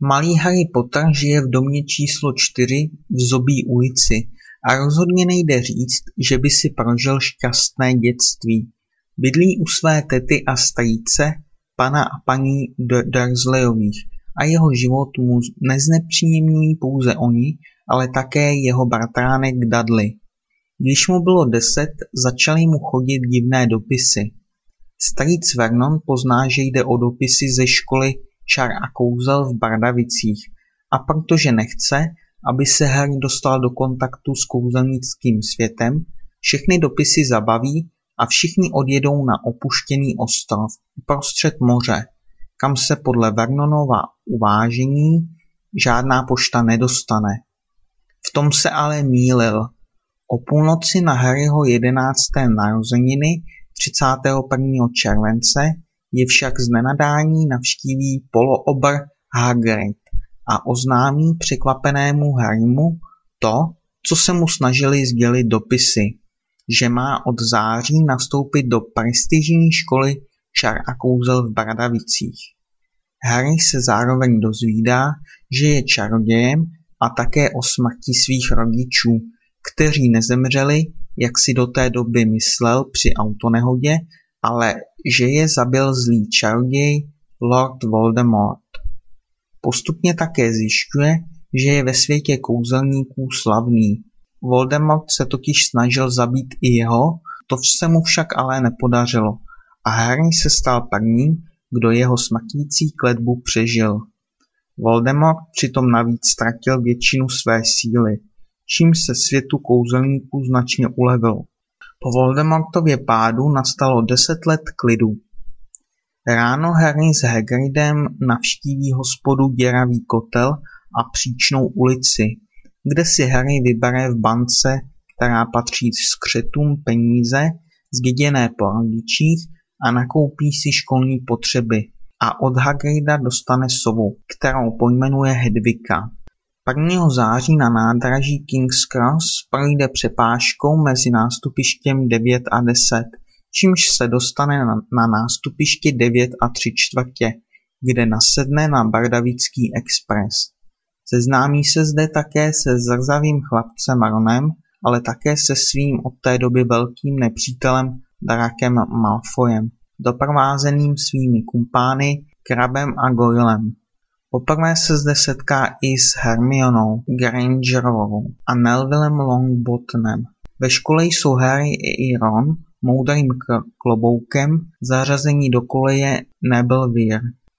Malý Harry Potter žije v domě číslo 4 v Zobí ulici a rozhodně nejde říct, že by si prožil šťastné dětství. Bydlí u své tety a strýce, pana a paní Dursleyových, a jeho život mu neznepříjemňují pouze oni, ale také jeho bratránek Dudley. Když mu bylo 10, začaly mu chodit divné dopisy. Strýc Vernon pozná, že jde o dopisy ze školy čar a kouzel v Bardavicích, a protože nechce, aby se Harry dostal do kontaktu s kouzelnickým světem, všechny dopisy zabaví a všichni odjedou na opuštěný ostrov uprostřed moře, kam se podle Vernonova uvážení žádná pošta nedostane. V tom se ale mýlil. O půlnoci na Harryho 11. narozeniny 31. července je však z nenadání navštíví poloobr Hagrid a oznámí překvapenému Harrymu to, co se mu snažili sdělit dopisy, že má od září nastoupit do prestižní školy čar a kouzel v Bardavicích. Harry se zároveň dozvídá, že je čarodějem a také o smrti svých rodičů, kteří nezemřeli, jak si do té doby myslel při autonehodě, ale že je zabil zlý čaroděj Lord Voldemort. Postupně také zjišťuje, že je ve světě kouzelníků slavný. Voldemort se totiž snažil zabít i jeho, to se mu však ale nepodařilo a Harry se stal prvním, kdo jeho smrtící kletbu přežil. Voldemort přitom navíc ztratil většinu své síly, čímž se světu kouzelníků značně ulevilo. Po Voldemortově pádu nastalo 10 let klidu. Ráno Harry s Hagridem navštíví hospodu Děravý kotel a Příčnou ulici, kde si Harry vybere v bance, která patří skřetům, peníze zděděné po rodičích a nakoupí si školní potřeby a od Hagrida dostane sovu, kterou pojmenuje Hedvika. 1. září na nádraží King's Cross projde přepážkou mezi nástupištěm 9 a 10, čímž se dostane na nástupiště 9 a 3/4, kde nasedne na Bardavický expres. Seznámí se zde také se zrzavým chlapcem Ronem, ale také se svým od té doby velkým nepřítelem Drakem Malfoyem, doprovázeným svými kumpány Crabem a Goylem. Poprvé se zde setká i s Hermionou Grangerovou a Nevillem Longbottomem. Ve škole jsou Harry i Ron moudrým kloboukem zařazení do koleje Nebelvír.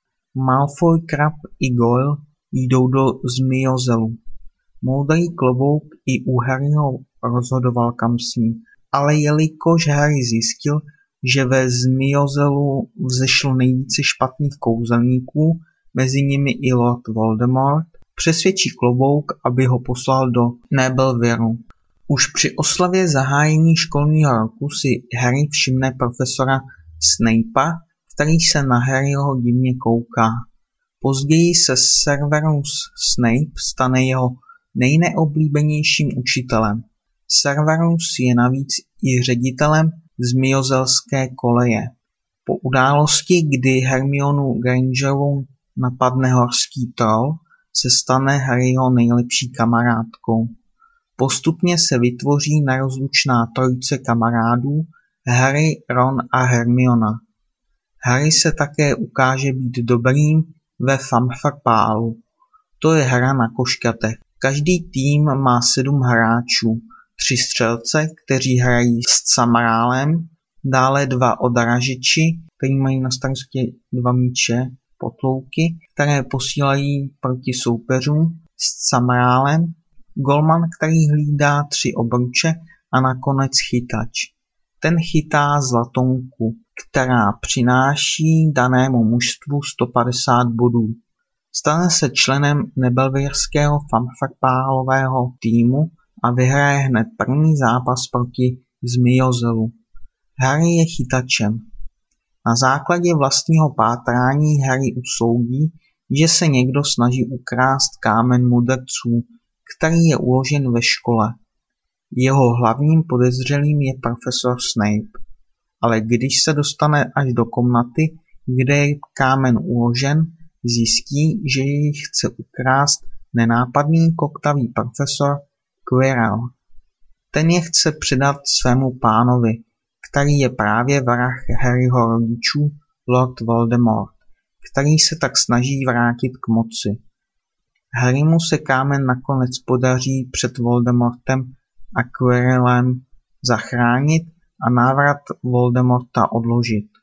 Malfoy, Crab i Goyle jdou do Zmijozelu. Moudrý klobouk i u Harryho rozhodoval, kam smí, ale jelikož Harry zjistil, že ve Zmijozelu vzešlo nejvíce špatných kouzelníků, mezi nimi i Lord Voldemort, přesvědčí klobouk, aby ho poslal do Nebelvíru. Už při oslavě zahájení školního roku si Harry všimne profesora Snape'a, který se na Harryho divně kouká. Později se Severus Snape stane jeho nejneoblíbenějším učitelem. Severus je navíc i ředitelem Zmijozelské koleje. Po události, kdy Hermionu Grangerovou napadne horský troll, se stane Harryho nejlepší kamarádkou. Postupně se vytvoří nerozlučná trojice kamarádů Harry, Ron a Hermiona. Harry se také ukáže být dobrým ve Fanfarpálu. To je hra na košťatech. Každý tým má 7 hráčů, 3 střelce, kteří hrají s Samarálem, dále 2 odražiči, kteří mají na starosti 2 míče, potlouky, které posílají proti soupeřům s Samarálem, golman, který hlídá 3 obruče a nakonec chytač. Ten chytá zlatonku, která přináší danému mužstvu 150 bodů. Stane se členem nebelvírského fanfarpálového týmu a vyhraje hned první zápas proti Zmijozelu. Harry je chytačem. Na základě vlastního pátrání Harry usoudí, že se někdo snaží ukrást kámen mudrců, který je uložen ve škole. Jeho hlavním podezřelým je profesor Snape, ale když se dostane až do komnaty, kde je kámen uložen, zjistí, že jej chce ukrást nenápadný koktavý profesor Quirrell. Ten je chce předat svému pánovi, který je právě vrah Harryho rodičů, Lord Voldemort, který se tak snaží vrátit k moci. Harrymu se kámen nakonec podaří před Voldemortem a Quirrellem zachránit a návrat Voldemorta odložit.